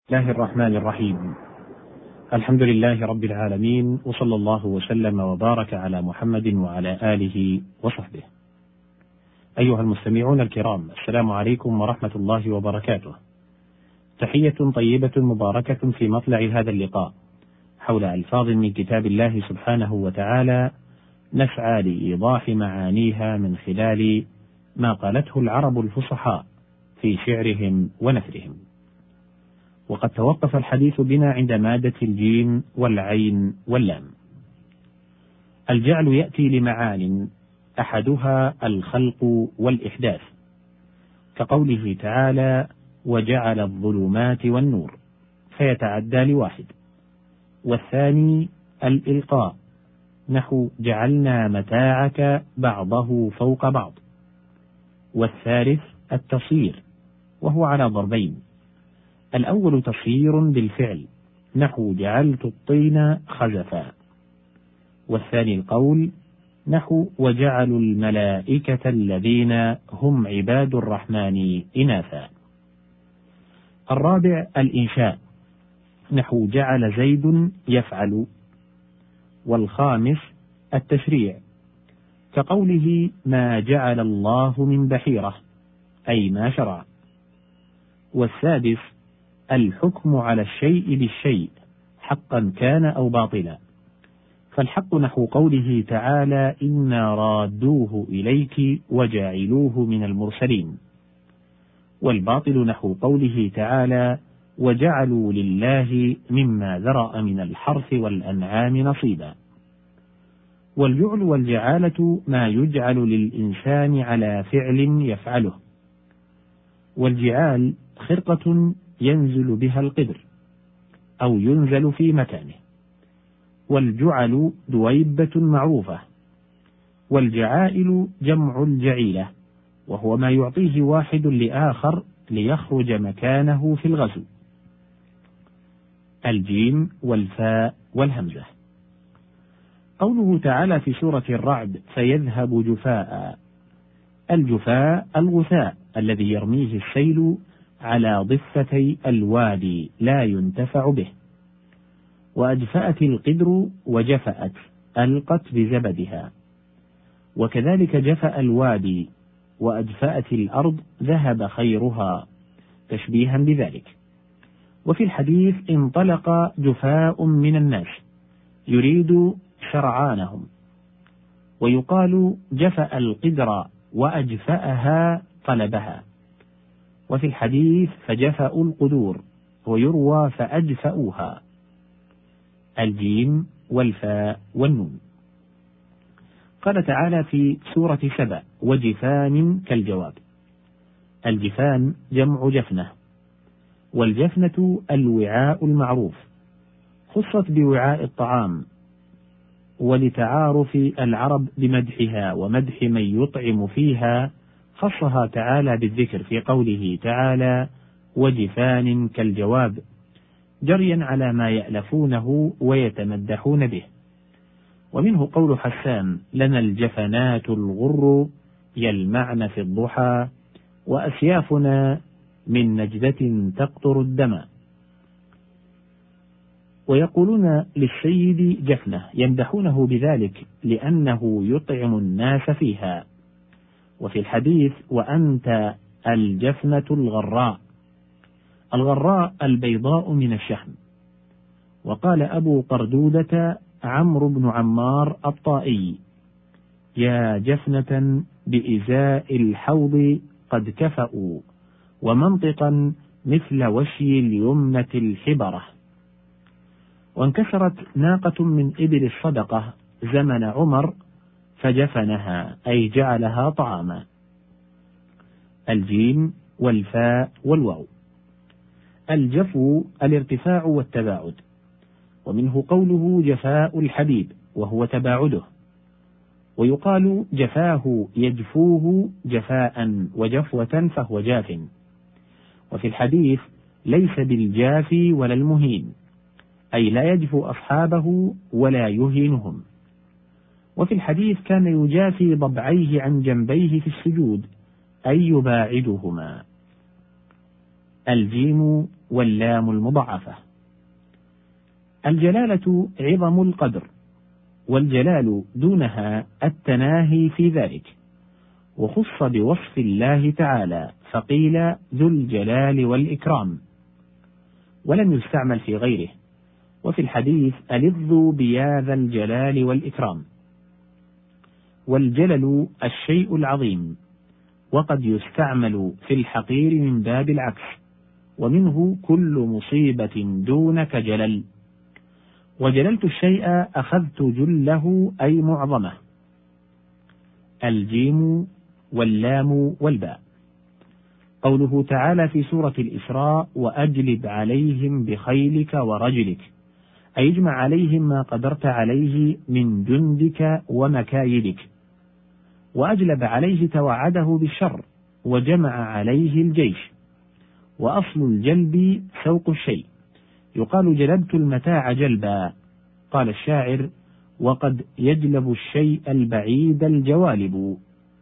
الله الرحمن الرحيم. الحمد لله رب العالمين، وصلى الله وسلم وبارك على محمد وعلى آله وصحبه. أيها المستمعون الكرام، السلام عليكم ورحمة الله وبركاته. تحية طيبة مباركة في مطلع هذا اللقاء حول ألفاظ من كتاب الله سبحانه وتعالى نسعى لإيضاح معانيها من خلال ما قالته العرب الفصحاء في شعرهم ونثرهم. وقد توقف الحديث بنا عند مادة الجيم والعين واللام. الجعل يأتي لمعان أحدها الخلق والإحداث، كقوله تعالى: وجعل الظلمات والنور، فيتعدى لواحد. والثاني الإلقاء، نحو جعلنا متاعك بعضه فوق بعض. والثالث التصير، وهو على ضربين: الأول تصير بالفعل، نحو جعلت الطين خزفا. والثاني القول، نحو وجعلوا الملائكة الذين هم عباد الرحمن إناثا. الرابع الإنشاء، نحو جعل زيد يفعل. والخامس التشريع، كقوله ما جعل الله من بحيرة، أي ما شرع. والسادس الحكم على الشيء بالشيء، حقا كان أو باطلا، فالحق نحو قوله تعالى إنا رادوه إليك وجاعلوه من المرسلين. والباطل نحو قوله تعالى وجعلوا لله مما ذرأ من الحرث والأنعام نصيبا. والجعل والجعالة ما يجعل للإنسان على فعل يفعله. والجعال خرقة ينزل بها القدر أو ينزل في مكانه. والجعل دويبة معروفة. والجعائل جمع الجعيلة، وهو ما يعطيه واحد لآخر ليخرج مكانه في الغزو. الجيم والفاء والهمزة. قوله تعالى في سورة الرعد فيذهب جفاء، الجفاء الغثاء الذي يرميه السيل على ضفتي الوادي لا ينتفع به. وأجفأت القدر وجفأت، ألقت بزبدها. وكذلك جفأ الوادي وأجفأت الأرض ذهب خيرها، تشبيها بذلك. وفي الحديث انطلق جفاء من الناس يريد شرعانهم. ويقال جفأ القدر وأجفأها طلبها. وفي الحديث فجفأوا القدور، ويروى فأجفأوها. الجيم والفاء والنون. قال تعالى في سورة سبأ وجفان كالجواب. الجفان جمع جفنة. والجفنة الوعاء المعروف، خصت بوعاء الطعام، ولتعارف العرب بمدحها ومدح من يطعم فيها خصها تعالى بالذكر في قوله تعالى وجفان كالجواب، جريا على ما يألفونه ويتمدحون به. ومنه قول حسان لنا الجفنات الغر يلمعن في الضحى، وأسيافنا من نجدة تقطر الدم. ويقولون للسيد جفنة، يمدحونه بذلك لأنه يطعم الناس فيها. وفي الحديث وأنت الجفنة الغراء، الغراء البيضاء من الشحم. وقال أبو قردودة عمرو بن عمار الطائي يا جفنة بإزاء الحوض قد كفأوا، ومنطقا مثل وشي اليمنة الحبرة. وانكسرت ناقة من إبل الصدقة زمن عمر فجفنها، أي جعلها طعاما. الجيم والفاء والواو. الجفو الارتفاع والتباعد، ومنه قوله جفاء الحبيب وهو تباعده. ويقال جفاه يجفوه جفاء وجفوة فهو جاف. وفي الحديث ليس بالجافي ولا المهين، أي لا يجفو أصحابه ولا يهينهم. وفي الحديث كان يجافي ضبعيه عن جنبيه في السجود، أي يباعدهما. الجيم واللام المضاعفة. الجلالة عظم القدر، والجلال دونها التناهي في ذلك، وخص بوصف الله تعالى فقيل ذو الجلال والإكرام، ولم يستعمل في غيره. وفي الحديث ألظوا بيا ذا الجلال والإكرام. والجلل الشيء العظيم، وقد يستعمل في الحقير من باب العكس، ومنه كل مصيبة دونك جلل. وجللت الشيء أخذت جله أي معظمه. الجيم واللام والباء. قوله تعالى في سورة الإسراء وأجلب عليهم بخيلك ورجلك، أي اجمع عليهم ما قدرت عليه من جندك ومكايدك. وأجلب عليه توعده بالشر وجمع عليه الجيش. وأصل الجلب سوق الشيء، يقال جلبت المتاع جلبا. قال الشاعر وقد يجلب الشيء البعيد الجوالب.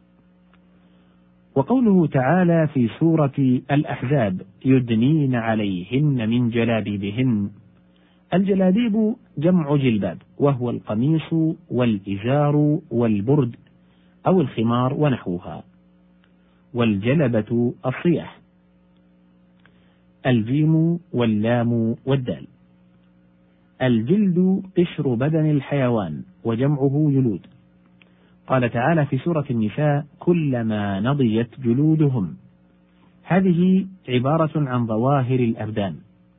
وقوله تعالى في سورة الأحزاب يدنين عليهن من جلابيبهن. الجلابيب جمع جلباب، وهو القميص والإزار والبرد أو الخمار ونحوها. والجلبة الصياح. الجيم واللام والدال. الجلد قشر بدن الحيوان، وجمعه جلود. قال تعالى في سورة النساء كلما نضجت جلودهم. هذه عبارة عن ظواهر الأبدان.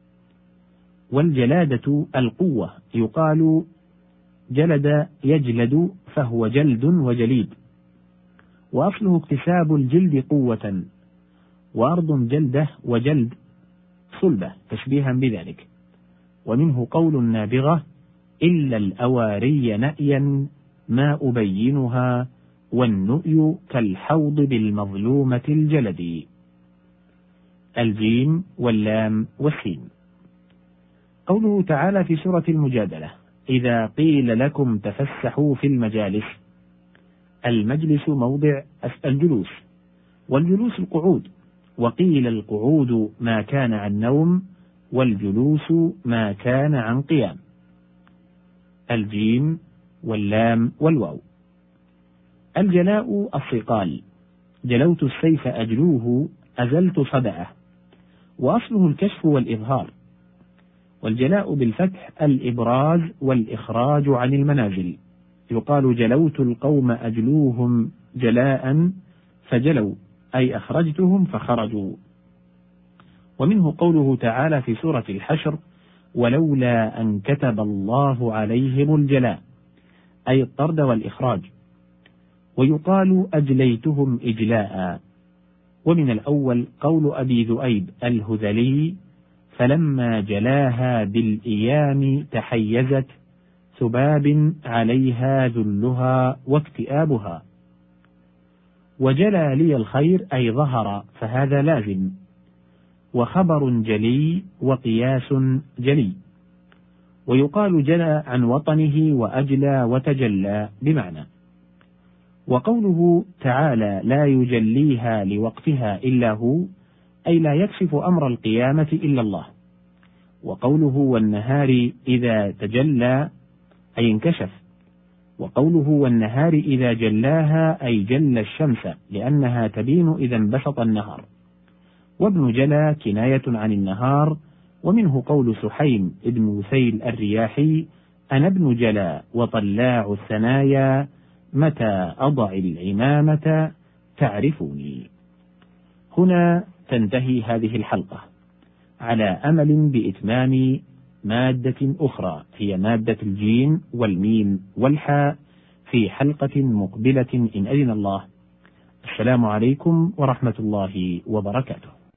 والجلادة القوة، يقال جلد يجلد، فهو جلد وجليد. وأصله اكتساب الجلد قوة، وأرض جلده وجلد صلبة تشبيها بذلك. ومنه قول النابغة إلا الأواري نأيا ما أبينها، والنؤي كالحوض بالمظلومة الجلد. الجيم واللام والسين. قوله تعالى في سورة المجادلة إذا قيل لكم تفسحوا في المجالس. المجلس موضع الجلوس، والجلوس القعود. وقيل القعود ما كان عن نوم، والجلوس ما كان عن قيام. الجيم واللام والواو. الجلاء الصقال، جلوت السيف أجلوه، أزلت صدعه. وأصله الكشف والإظهار. والجلاء بالفتح الإبراز والإخراج عن المنازل، يقال جلوت القوم أجلوهم جلاء فجلوا، أي أخرجتهم فخرجوا. ومنه قوله تعالى في سورة الحشر ولولا أن كتب الله عليهم الجلاء، أي الطرد والإخراج. ويقال أجليتهم إجلاء. ومن الأول قول أبي ذؤيب الهذلي فلما جلاها بالإيام تحيزت، ثباب عليها ذلها واكتئابها. وجلى لي الخير أي ظهر، فهذا لازم. وخبر جلي وقياس جلي. ويقال جلى عن وطنه وأجلى وتجلى بمعنى. وقوله تعالى لا يجليها لوقتها إلا هو، أي لا يكشف أمر القيامة إلا الله. وقوله والنهار إذا تجلى أي انكشف. وقوله والنهار إذا جلاها أي جل الشمس، لأنها تبين إذا انبسط النهار. وابن جلى كناية عن النهار. ومنه قول سحيم ابن وسيل الرياحي أنا ابن جلى وطلاع الثنايا، متى أضع العمامة تعرفني. هنا تنتهي هذه الحلقة، على أمل بإتمام مادة أخرى هي مادة الجيم والميم والحاء في حلقة مقبلة إن أذن الله. السلام عليكم ورحمة الله وبركاته.